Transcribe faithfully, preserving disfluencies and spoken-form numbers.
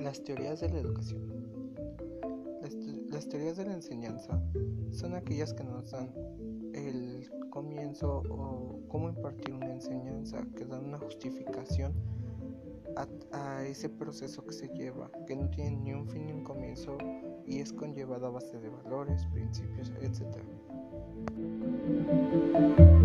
Las teorías de la educación. Las, las teorías de la enseñanza son aquellas que nos dan el comienzo o cómo impartir una enseñanza, que dan una justificación a, a ese proceso que se lleva, que no tiene ni un fin ni un comienzo y es conllevado a base de valores, principios, etcétera.